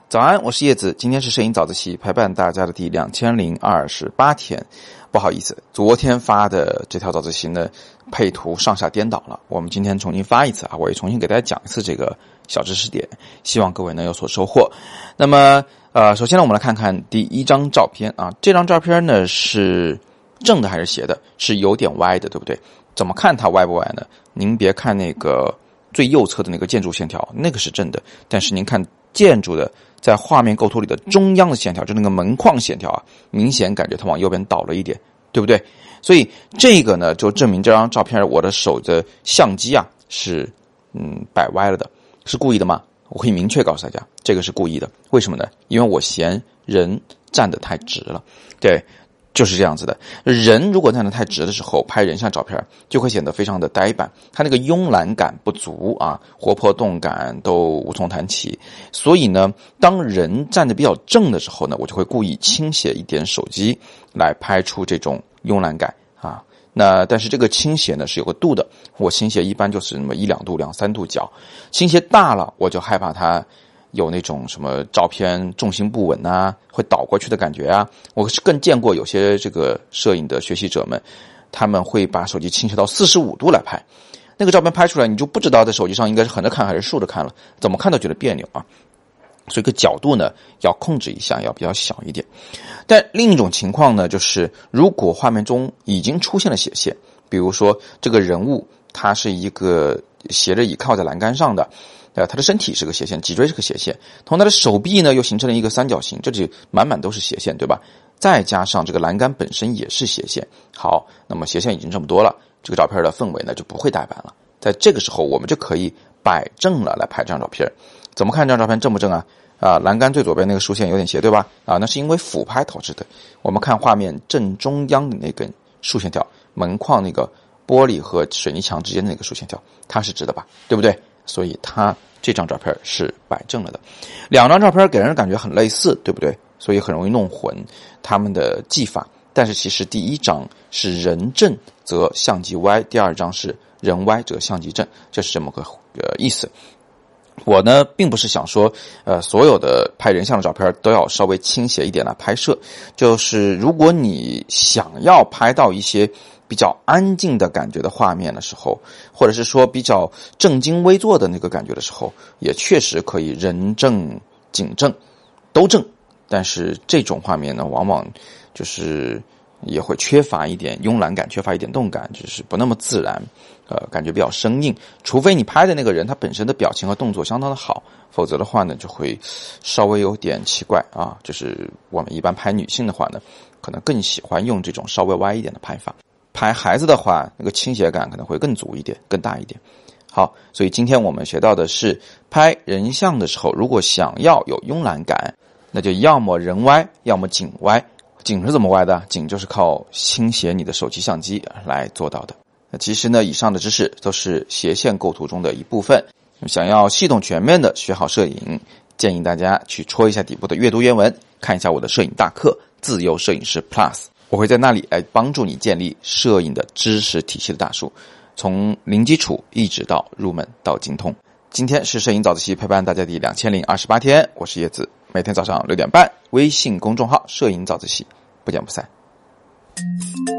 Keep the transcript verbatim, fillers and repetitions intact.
早安，我是叶子，今天是摄影早自习陪伴大家的第两千零二十八天。不好意思，昨天发的这条早自习呢，配图上下颠倒了，我们今天重新发一次啊，我也重新给大家讲一次这个小知识点，希望各位能有所收获。那么呃，首先呢，我们来看看第一张照片啊，这张照片呢是正的还是斜的？是有点歪的，对不对？怎么看它歪不歪呢？您别看那个最右侧的那个建筑线条，那个是正的，但是您看建筑的在画面构图里的中央的线条，就那个门框线条啊，明显感觉它往右边倒了一点，对不对？所以这个呢，就证明这张照片我的手的相机啊是嗯摆歪了的，是故意的吗？我可以明确告诉大家，这个是故意的。为什么呢？因为我嫌人站得太直了，对。就是这样子的，人如果站得太直的时候，拍人像照片就会显得非常的呆板，它那个慵懒感不足啊，活泼动感都无从谈起。所以呢，当人站得比较正的时候呢，我就会故意倾斜一点手机来拍出这种慵懒感啊。那但是这个倾斜呢是有个度的，我倾斜一般就是那么一两度、两三度角，倾斜大了我就害怕它有那种什么照片重心不稳啊，会倒过去的感觉啊。我是更见过有些这个摄影的学习者们，他们会把手机倾斜到四十五度来拍，那个照片拍出来你就不知道在手机上应该是横着看还是竖着看了，怎么看都觉得别扭啊。所以个角度呢要控制一下，要比较小一点。但另一种情况呢，就是如果画面中已经出现了斜线，比如说这个人物他是一个斜着倚靠在栏杆上的，呃，他的身体是个斜线，脊椎是个斜线，同他的手臂呢又形成了一个三角形，这里满满都是斜线，对吧？再加上这个栏杆本身也是斜线，好，那么斜线已经这么多了，这个照片的氛围呢就不会呆板了。在这个时候，我们就可以摆正了来拍这张照片。怎么看这张照片正不正啊？啊，栏杆最左边那个竖线有点斜，对吧？啊，那是因为俯拍导致的。我们看画面正中央的那根竖线条，门框那个玻璃和水泥墙之间的那个竖线条，它是直的吧？对不对？所以它这张照片是摆正了的。两张照片给人感觉很类似，对不对？所以很容易弄混他们的技法。但是其实第一张是人正则相机歪，第二张是人歪则相机正，这是这么个呃意思。我呢并不是想说呃所有的拍人像的照片都要稍微倾斜一点来拍摄，就是如果你想要拍到一些比较安静的感觉的画面的时候，或者是说比较正襟危坐的那个感觉的时候，也确实可以人正景正都正，但是这种画面呢往往就是也会缺乏一点慵懒感，缺乏一点动感，就是不那么自然，呃，感觉比较生硬。除非你拍的那个人他本身的表情和动作相当的好，否则的话呢就会稍微有点奇怪啊。就是我们一般拍女性的话呢，可能更喜欢用这种稍微歪一点的拍法。拍孩子的话，那个倾斜感可能会更足一点，更大一点。好，所以今天我们学到的是拍人像的时候，如果想要有慵懒感，那就要么人歪，要么景歪。景是怎么歪的？景就是靠倾斜你的手机相机来做到的。那其实呢，以上的知识都是斜线构图中的一部分。想要系统全面的学好摄影，建议大家去戳一下底部的阅读原文，看一下我的摄影大课自由摄影师 Plus， 我会在那里来帮助你建立摄影的知识体系的大树，从零基础一直到入门到精通。今天是摄影早自习陪伴大家第两千零二十八天，我是叶子，每天早上六点半，微信公众号摄影早自习，不见不散。